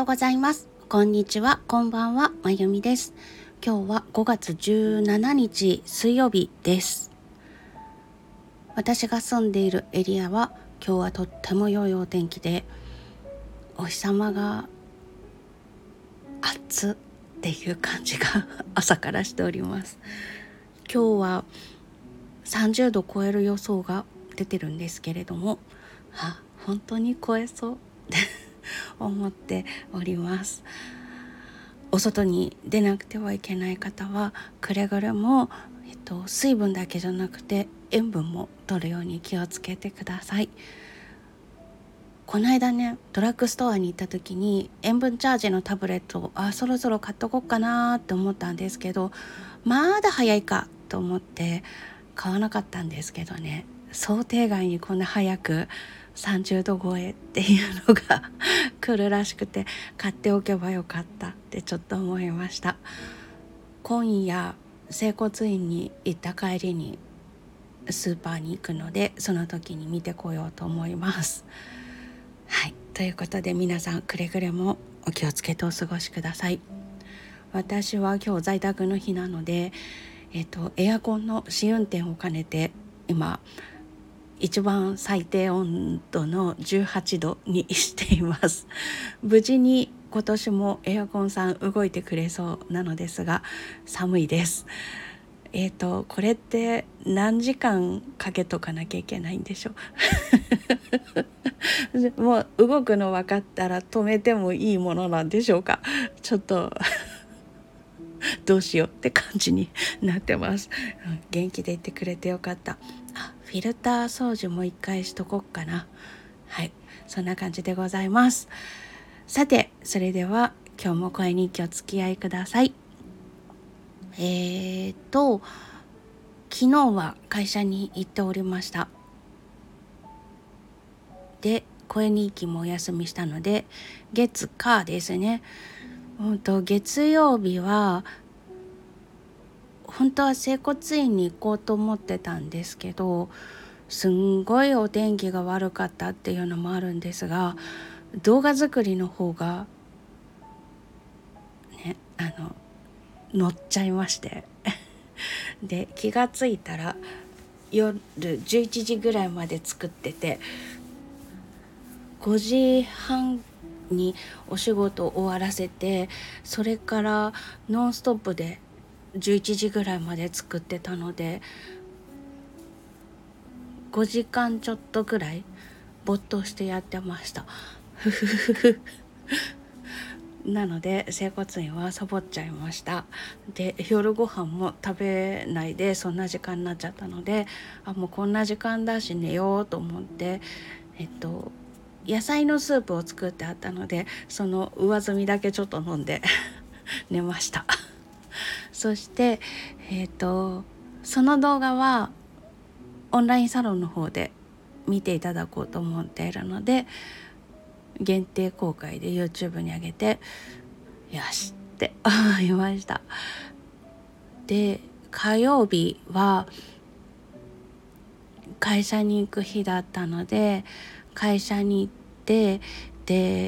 うございます。こんにちは、こんばんは、まゆみです。今日は5月17日水曜日です。私が住んでいるエリアは今日はとっても良いお天気で、お日様が暑っていう感じが朝からしております。今日は30度超える予想が出てるんですけれども、本当に超えそうって思っております。お外に出なくてはいけない方はくれぐれも、水分だけじゃなくて塩分も摂るように気をつけてください。この間ね、ドラッグストアに行った時に塩分チャージのタブレットをそろそろ買っとこうかなって思ったんですけど、まだ早いかと思って買わなかったんですけどね、想定外にこんな早く30度超えっていうのが来るらしくて、買っておけばよかったってちょっと思いました。今夜整骨院に行った帰りにスーパーに行くので、その時に見てこようと思います。はい、ということで皆さんくれぐれもお気をつけてお過ごしください。私は今日在宅の日なので、エアコンの試運転を兼ねて今一番最低温度の18度にしています。無事に今年もエアコンさん動いてくれそうなのですが、寒いです。これって何時間かけとかなきゃいけないんでしょうもう動くの分かったら止めてもいいものなんでしょうか。ちょっとどうしようって感じになってます。元気でいてくれてよかった。フィルター掃除も一回しとこっかな。はい、そんな感じでございます。さて、それでは今日も声日記お付き合いください。昨日は会社に行っておりました。で、声日記もお休みしたので、月火ですね。月曜日は本当は整骨院に行こうと思ってたんですけど、すんごいお天気が悪かったっていうのもあるんですが、動画作りの方がね、乗っちゃいましてで、気がついたら夜11時ぐらいまで作ってて、5時半にお仕事を終わらせて、それからノンストップで11時ぐらいまで作ってたので、5時間ちょっとぐらい没頭してやってましたなので整骨院はサボっちゃいました。で、夜ご飯も食べないでそんな時間になっちゃったので、もうこんな時間だし寝ようと思って、野菜のスープを作ってあったので、その上澄みだけちょっと飲んで寝ましたそしてその動画はオンラインサロンの方で見ていただこうと思っているので、限定公開で YouTube に上げてよしって思いました。で、火曜日は会社に行く日だったので、会社に行って、で、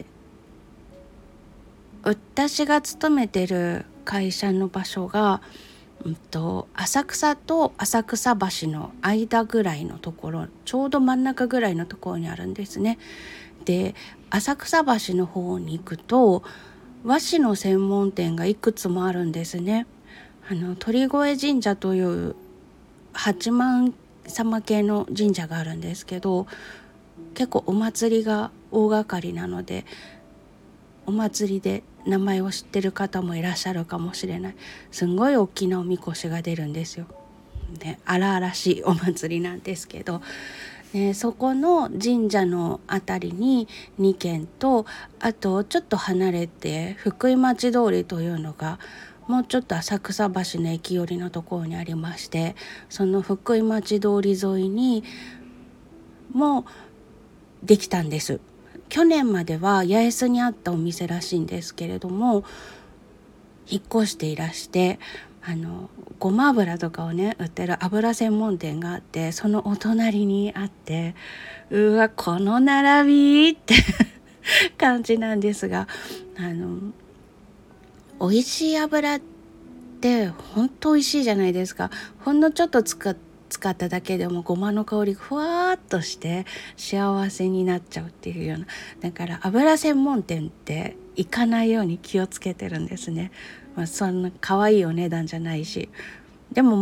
私が勤めてる会社の場所が、浅草と浅草橋の間ぐらいのところ、ちょうど真ん中ぐらいのところにあるんですね。で、浅草橋の方に行くと和紙の専門店がいくつもあるんですね。鳥越神社という八幡様系の神社があるんですけど、結構お祭りが大掛かりなので、お祭りで名前を知ってる方もいらっしゃるかもしれない。すんごい大きなおみこしが出るんですよ。で、荒々しいお祭りなんですけど、そこの神社のあたりに2軒と、あとちょっと離れて福井町通りというのがもうちょっと浅草橋の駅寄りのところにありまして、その福井町通り沿いにもできたんです。去年までは八重洲にあったお店らしいんですけれども、引っ越していらして、ごま油とかをね売ってる油専門店があって、そのお隣にあって、うわこの並びって感じなんですが、美味しい油って本当美味しいじゃないですか。ほんのちょっと使っただけでもごまの香りがふわーっとして幸せになっちゃうっていうような、だから油専門店って行かないように気をつけてるんですね。そんな可愛いお値段じゃないし、でも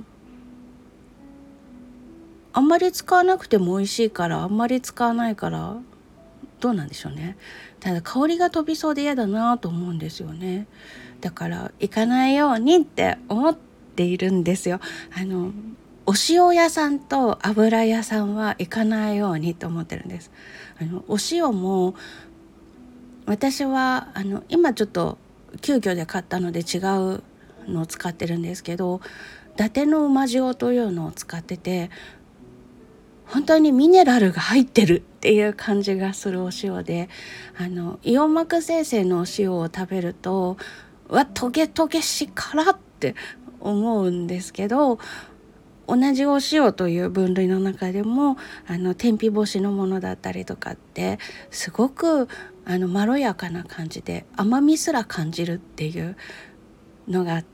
あんまり使わなくても美味しいから、あんまり使わないからどうなんでしょうね。ただ香りが飛びそうで嫌だなと思うんですよね。だから行かないようにって思っているんですよ。お塩屋さんと油屋さんは行かないようにと思ってるんです。お塩も私は今ちょっと急遽で買ったので違うのを使ってるんですけど、伊達の馬塩というのを使ってて、本当にミネラルが入ってるっていう感じがするお塩で、イオンマック生成のお塩を食べるとトゲトゲし辛って思うんですけど、同じお塩という分類の中でも天日干しのものだったりとかってすごくまろやかな感じで甘みすら感じるっていうのがあって、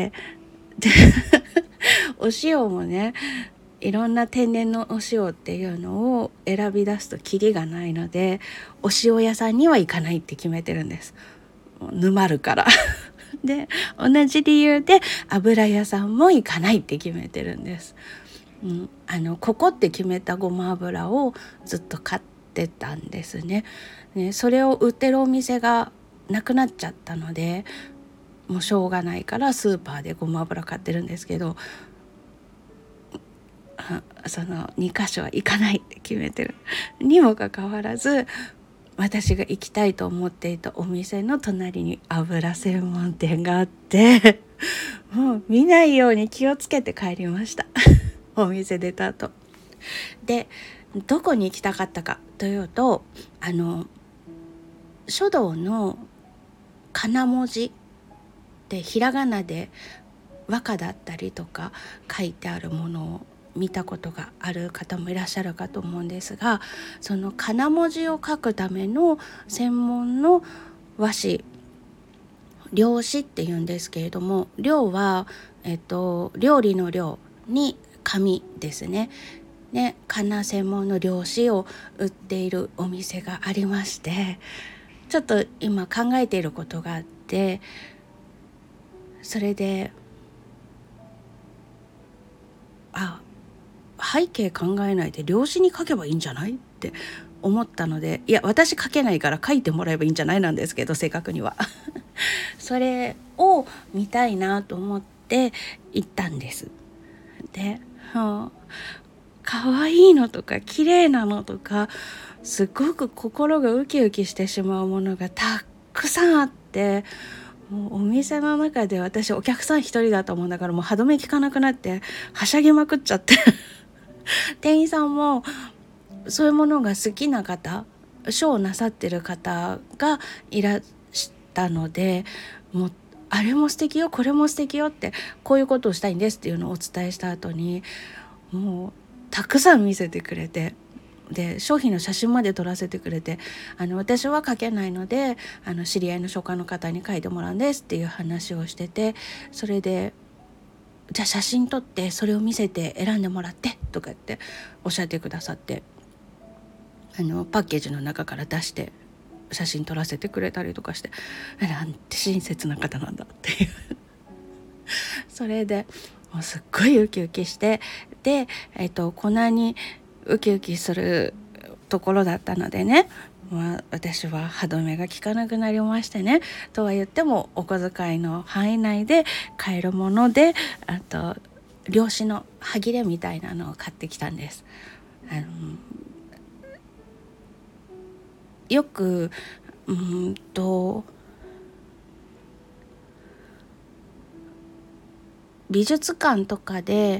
でお塩もね、いろんな天然のお塩っていうのを選び出すとキリがないので、お塩屋さんには行かないって決めてるんです。沼るからで同じ理由で油屋さんも行かないって決めてるんです。ここって決めたごま油をずっと買ってたんですね。それを売ってるお店がなくなっちゃったので、もうしょうがないからスーパーでごま油買ってるんですけど、その2箇所は行かないって決めてるにもかかわらず、私が行きたいと思っていたお店の隣に油専門店があってもう見ないように気をつけて帰りましたお店出た後で、どこに行きたかったかというと、書道のかな文字でひらがなで和歌だったりとか書いてあるものを見たことがある方もいらっしゃるかと思うんですが、そのかな文字を書くための専門の和紙、料紙っていうんですけれども、料は、料理の料に紙ですね。で、かな専門の料紙を売っているお店がありまして、ちょっと今考えていることがあって、それで背景考えないで料紙に書けばいいんじゃないって思ったので、いや私書けないから書いてもらえばいいんじゃないなんですけど、正確にはそれを見たいなと思って行ったんです。で、可愛いのとか綺麗なのとかすごく心がウキウキしてしまうものがたくさんあって、もうお店の中で私お客さん一人だと思うんだから、もう歯止め効かなくなってはしゃぎまくっちゃって店員さんもそういうものが好きな方、ショーをなさってる方がいらしたので、もうあれも素敵よこれも素敵よって、こういうことをしたいんですっていうのをお伝えした後に、もうたくさん見せてくれて、で商品の写真まで撮らせてくれて、私は書けないので知り合いの書家の方に書いてもらうんですっていう話をしてて、それでじゃあ写真撮ってそれを見せて選んでもらってとかっておっしゃってくださって、パッケージの中から出して写真撮らせてくれたりとかして、なんて親切な方なんだっていうそれでもうすっごいウキウキして、で、こんなにウキウキするところだったのでね、私は歯止めが効かなくなりましてね。とは言ってもお小遣いの範囲内で買えるもので、あと漁師の歯切れみたいなのを買ってきたんです。よく美術館とかで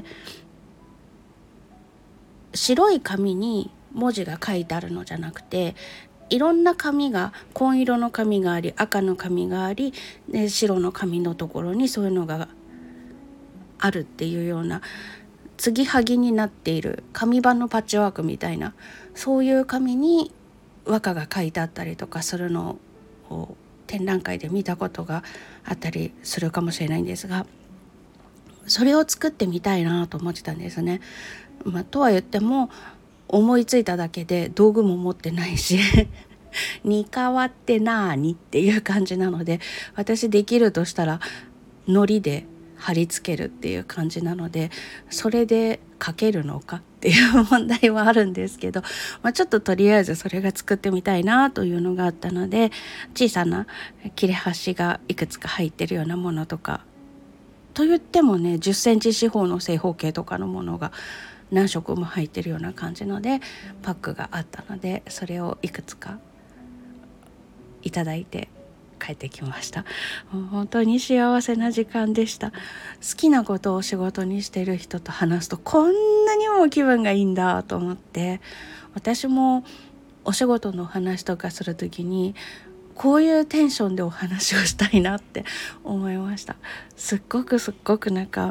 白い紙に文字が書いてあるのじゃなくて、いろんな紙が、紺色の紙があり赤の紙があり、で白の紙のところにそういうのがあるっていうような継ぎはぎになっている紙版のパッチワークみたいな、そういう紙に和歌が書いてあったりとかするのを展覧会で見たことがあったりするかもしれないんですが、それを作ってみたいなと思ってたんですね。とは言っても思いついただけで道具も持ってないしにかわってなーにっていう感じなので、私できるとしたら糊で貼り付けるっていう感じなので、それで書けるのかっていう問題はあるんですけど、ちょっととりあえずそれが作ってみたいなというのがあったので、小さな切れ端がいくつか入ってるようなものとか、と言ってもね10センチ四方の正方形とかのものが何色も入ってるような感じのでパックがあったので、それをいくつかいただいて帰ってきました。もう本当に幸せな時間でした。好きなことを仕事にしている人と話すとこんなにも気分がいいんだと思って、私もお仕事の話とかするときにこういうテンションでお話をしたいなって思いました。すっごくなんか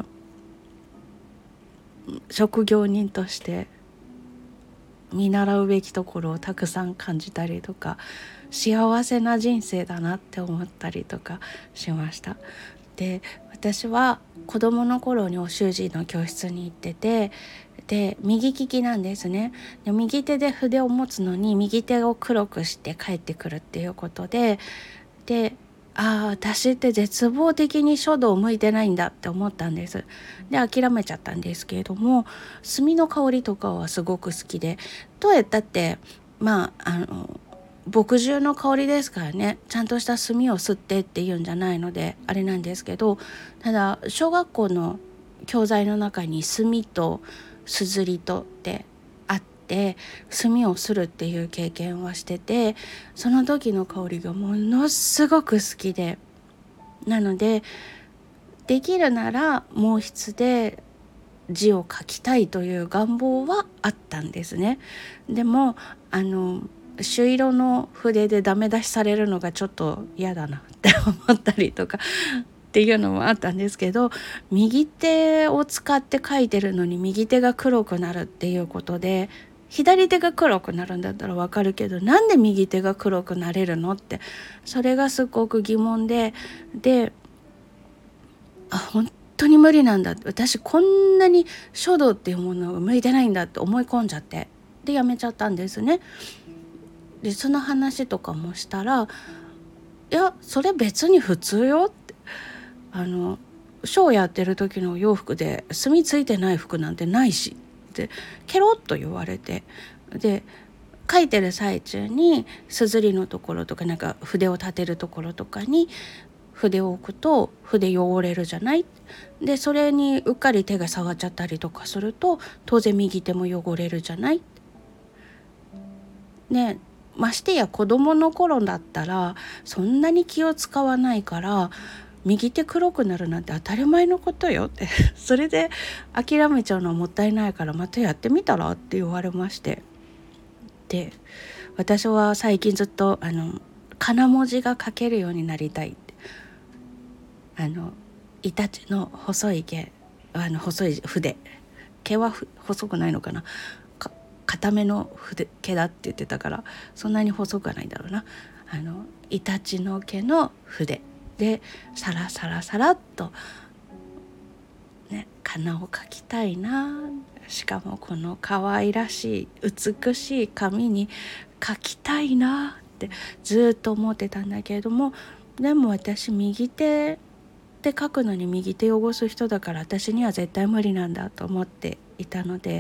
職業人として見習うべきところをたくさん感じたりとか、幸せな人生だなって思ったりとかしました。で、私は子供の頃にお習字の教室に行ってて、で右利きなんですね。で右手で筆を持つのに右手を黒くして帰ってくるっていうことで、私って絶望的に書道を向いてないんだって思ったんです。で諦めちゃったんですけれども、墨の香りとかはすごく好きで、どうやったって墨汁の香りですからね、ちゃんとした墨を吸ってっていうんじゃないのであれなんですけど、ただ小学校の教材の中に墨とすずりとってあって、墨をするっていう経験はしてて、その時の香りがものすごく好きで、なのでできるなら毛筆で字を書きたいという願望はあったんですね。でも朱色の筆でダメ出しされるのがちょっと嫌だなって思ったりとかっていうのもあったんですけど、右手を使って書いてるのに右手が黒くなるっていうことで、左手が黒くなるんだったらわかるけど、なんで右手が黒くなれるのって、それがすごく疑問で、本当に無理なんだって、私こんなに書道っていうものが向いてないんだって思い込んじゃって、でやめちゃったんですね。でその話とかもしたら、いやそれ別に普通よって、ショーやってる時の洋服で墨ついてない服なんてないしってケロッと言われて、で書いてる最中にすずりのところとか、なんか筆を立てるところとかに筆を置くと筆汚れるじゃない。でそれにうっかり手が触っちゃったりとかすると当然右手も汚れるじゃない。ね、ましてや子供の頃だったらそんなに気を使わないから右手黒くなるなんて当たり前のことよってそれで諦めちゃうのはもったいないからまたやってみたらって言われまして、で私は最近ずっとかな文字が書けるようになりたいって、イタチの細い毛、細い筆、毛は細くないのかな、固めの毛だって言ってたからそんなに細くはないんだろうな。イタチの毛の筆でサラサラサラっとね、かなを描きたいな。しかもこの可愛らしい美しい紙に描きたいなってずっと思ってたんだけれども、でも私右手で描くのに右手汚す人だから私には絶対無理なんだと思っていたので、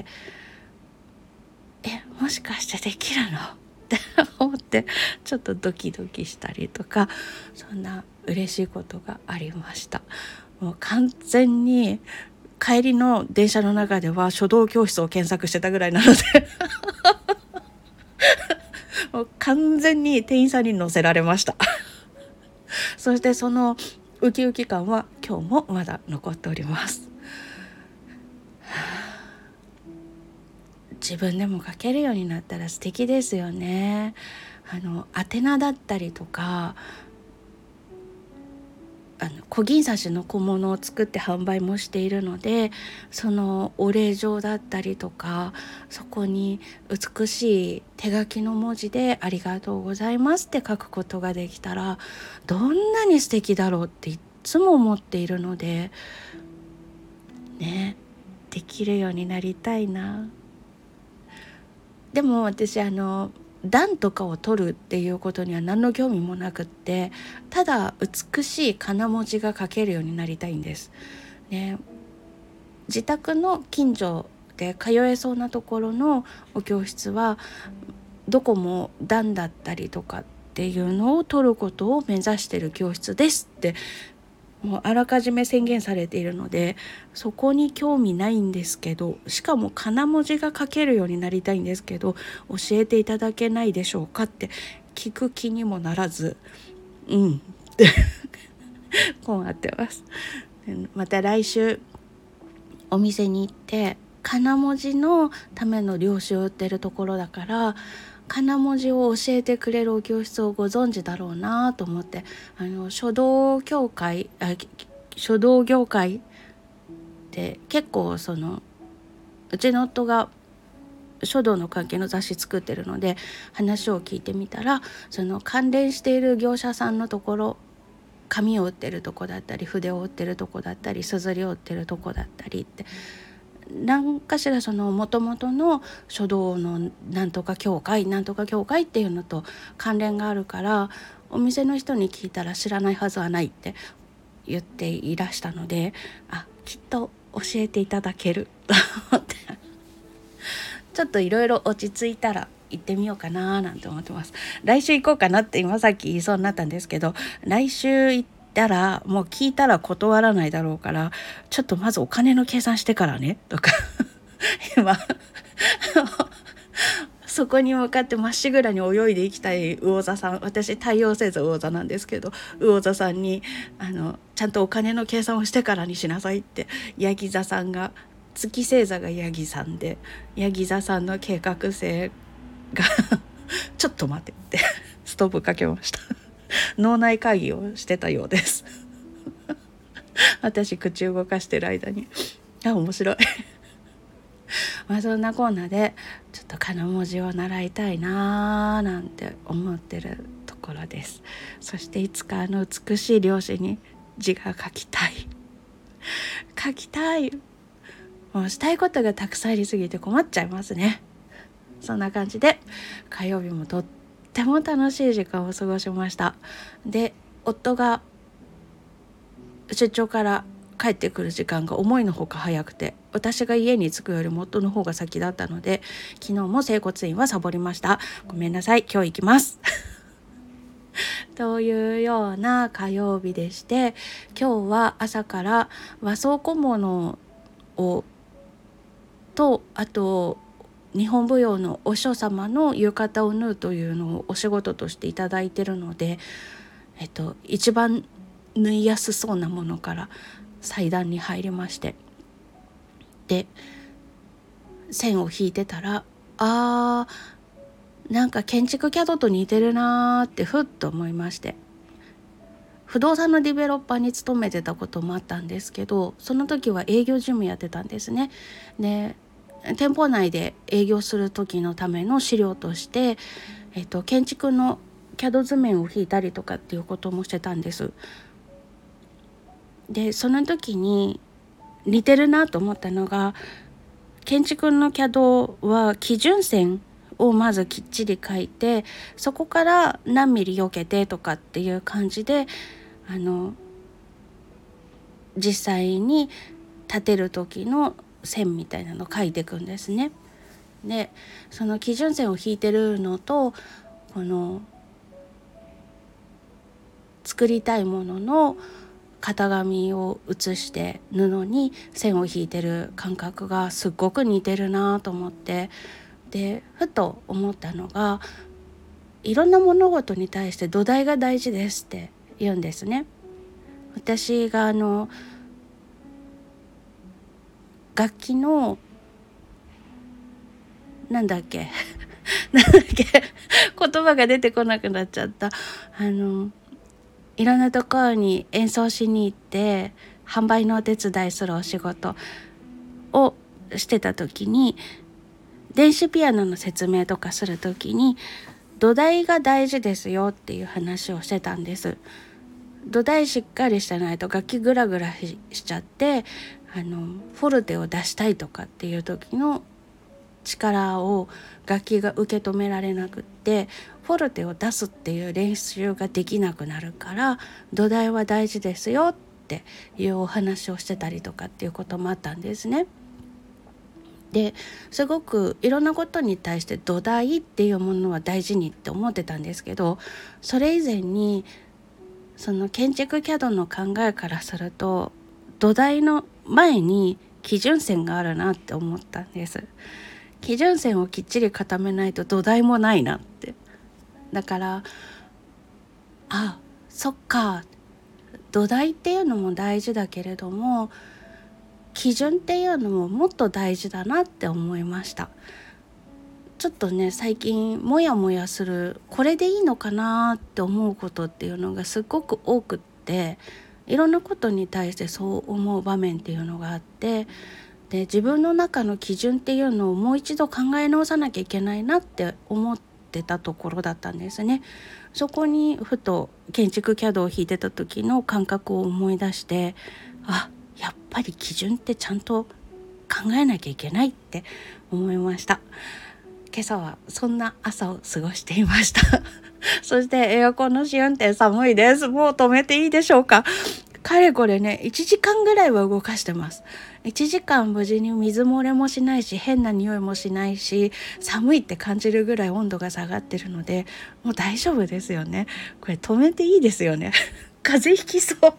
もしかしてできるのって思ってちょっとドキドキしたりとか、そんな嬉しいことがありました。もう完全に帰りの電車の中では書道教室を検索してたぐらいなのでもう完全に店員さんに乗せられましたそしてそのウキウキ感は今日もまだ残っております。自分でも書けるようになったら素敵ですよね。宛名だったりとか小銀刺しの小物を作って販売もしているので、そのお礼状だったりとか、そこに美しい手書きの文字でありがとうございますって書くことができたら、どんなに素敵だろうっていつも思っているのでね、できるようになりたいな。でも私段とかを取るっていうことには何の興味もなくって、ただ美しい仮名文字が書けるようになりたいんです、ね、自宅の近所で通えそうなところのお教室はどこも段だったりとかっていうのを取ることを目指している教室ですってもうあらかじめ宣言されているので、そこに興味ないんですけど、しかも仮名文字が書けるようになりたいんですけど、教えていただけないでしょうかって聞く気にもならず、って困ってます。また来週お店に行って仮名文字のための料紙を売ってるところだから、仮名文字を教えてくれるお教室をご存知だろうなと思って、書道業界って結構うちの夫が書道の関係の雑誌作ってるので話を聞いてみたら、その関連している業者さんのところ、紙を売ってるとこだったり筆を売ってるとこだったり硯を売ってるとこだったりって、何かしらその元々の書道のなんとか協会っていうのと関連があるから、お店の人に聞いたら知らないはずはないって言っていらしたので、きっと教えていただけると思ってちょっといろいろ落ち着いたら行ってみようかななんて思ってます。来週行こうかなって今さっき言いそうになったんですけど、来週行ったらもう聞いたら断らないだろうから、ちょっとまずお金の計算してからねとか今そこに向かってまっしぐらに泳いでいきたい魚座さん、私太陽星座魚座なんですけど、魚座さんにちゃんとお金の計算をしてからにしなさいって、ヤギ座さんが月星座がヤギさんで、ヤギ座さんの計画性がちょっと待ってってストップかけました脳内会議をしてたようです私口動かしてる間に面白いそんなこんなでちょっと仮名文字を習いたいななんて思ってるところです。そしていつか美しい料紙に字が書きたいもうしたいことがたくさんありすぎて困っちゃいますね。そんな感じで火曜日もとっても楽しい時間を過ごしました。で、夫が出張から帰ってくる時間が思いのほか早くて、私が家に着くよりも夫の方が先だったので、昨日も整骨院はサボりました。ごめんなさい、今日行きますというような火曜日でして、今日は朝から和装小物をと、あと日本舞踊のお師匠様の浴衣を縫うというのをお仕事としていただいているので、一番縫いやすそうなものから裁断に入りまして、で線を引いてたら、なんか建築キャドと似てるなってふっと思いまして、不動産のディベロッパーに勤めてたこともあったんですけど、その時は営業事務やってたんですね。で、店舗内で営業する時のための資料として、建築のキャド図面を引いたりとかっていうこともしてたんです。で、その時に似てるなと思ったのが、建築のキャドは基準線をまずきっちり書いて、そこから何ミリ避けてとかっていう感じで実際に立てる時の線みたいなのを書いていくんですね。で、その基準線を引いてるのと、この作りたいものの型紙を写して布に線を引いてる感覚がすっごく似てるなと思って、でふと思ったのが、いろんな物事に対して土台が大事ですって言うんですね。私が楽器のなんだっけ言葉が出てこなくなっちゃった。 いろんなところに演奏しに行って販売のお手伝いするお仕事をしてた時に、電子ピアノの説明とかする時に土台が大事ですよっていう話をしてたんです。土台しっかりしてないと楽器グラグラしちゃって、フォルテを出したいとかっていう時の力を楽器が受け止められなくって、フォルテを出すっていう練習ができなくなるから、土台は大事ですよっていうお話をしてたりとかっていうこともあったんですね。ですごくいろんなことに対して土台っていうものは大事にって思ってたんですけど、それ以前にその建築キャドの考えからすると、土台の前に基準線があるなって思ったんです。基準線をきっちり固めないと土台もないなって。だからそっか、土台っていうのも大事だけれども基準っていうのももっと大事だなって思いました。ちょっとね、最近モヤモヤする、これでいいのかなって思うことっていうのがすごく多くって、いろんなことに対してそう思う場面っていうのがあって、で自分の中の基準っていうのをもう一度考え直さなきゃいけないなって思ってたところだったんですね。そこにふと建築キャドを弾いてた時の感覚を思い出して、やっぱり基準ってちゃんと考えなきゃいけないって思いました。今朝はそんな朝を過ごしていましたそしてエアコンの試運転寒いです。もう止めていいでしょうか。かれこれね、1時間ぐらいは動かしてます。1時間無事に水漏れもしないし、変な匂いもしないし、寒いって感じるぐらい温度が下がってるので、もう大丈夫ですよね。これ止めていいですよね風邪ひきそう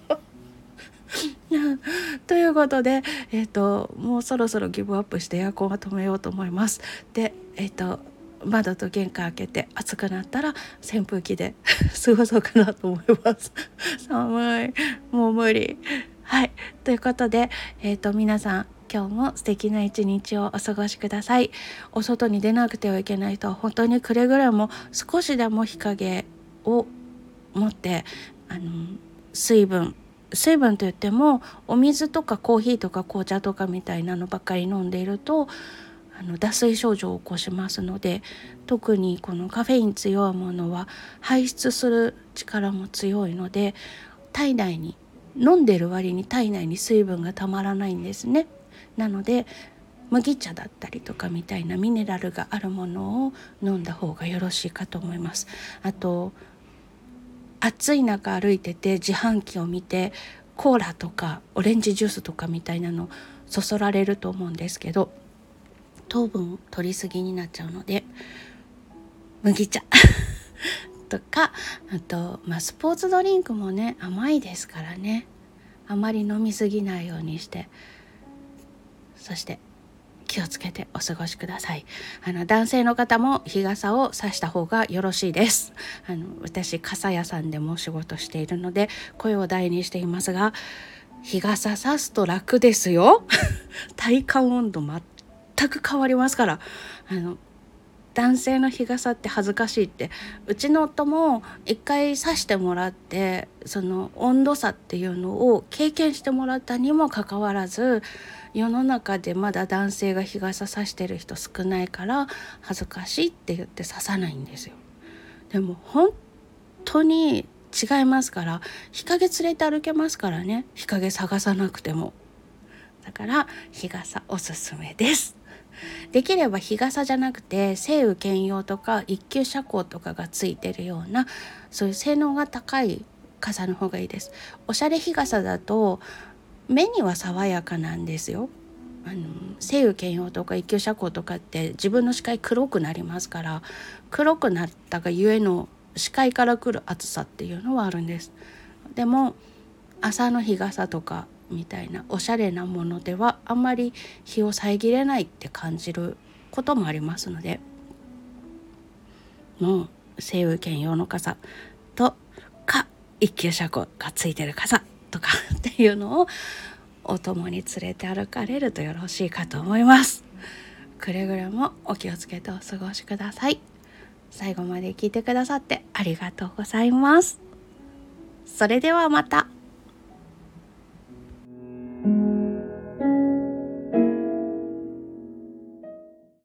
ということで、もうそろそろギブアップしてエアコンは止めようと思います。で、窓と玄関開けて暑くなったら扇風機で過ごそうかなと思います寒い、もう無理。はい、ということで、皆さん今日も素敵な一日をお過ごしください。お外に出なくてはいけない人は本当にくれぐれも少しでも日陰を持って、水分といってもお水とかコーヒーとか紅茶とかみたいなのばっかり飲んでいると脱水症状を起こしますので、特にこのカフェイン強いものは排出する力も強いので、体内に飲んでる割に体内に水分がたまらないんですね。なので麦茶だったりとかみたいなミネラルがあるものを飲んだ方がよろしいかと思います。あと暑い中歩いてて自販機を見てコーラとかオレンジジュースとかみたいなのそそられると思うんですけど、糖分取りすぎになっちゃうので麦茶とか、あと、スポーツドリンクもね甘いですからね、あまり飲みすぎないようにして、そして気をつけてお過ごしください。男性の方も日傘を差した方がよろしいです。私傘屋さんでも仕事しているので声を大にしていますが、日傘差すと楽ですよ体感温度全く変わりますから。男性の日傘って恥ずかしいって、うちの夫も一回差してもらって、その温度差っていうのを経験してもらったにもかかわらず、世の中でまだ男性が日傘差してる人少ないから恥ずかしいって言って差さないんですよ。でも本当に違いますから、日陰連れて歩けますからね、日陰探さなくても。だから日傘おすすめです。できれば日傘じゃなくて晴雨兼用とか一級遮光とかがついてるような、そういう性能が高い傘の方がいいです。おしゃれ日傘だと目には爽やかなんですよ。晴雨兼用とか一級遮光とかって自分の視界黒くなりますから、黒くなったがゆえの視界から来る暑さっていうのはあるんです。でも朝の日傘とかみたいなおしゃれなものではあんまり日を遮れないって感じることもありますので、もう晴雨兼用の傘とか一級遮光がついてる傘とかっていうのをお供に連れて歩かれるとよろしいかと思います。くれぐれもお気をつけてお過ごしください。最後まで聞いてくださってありがとうございます。 それではまた。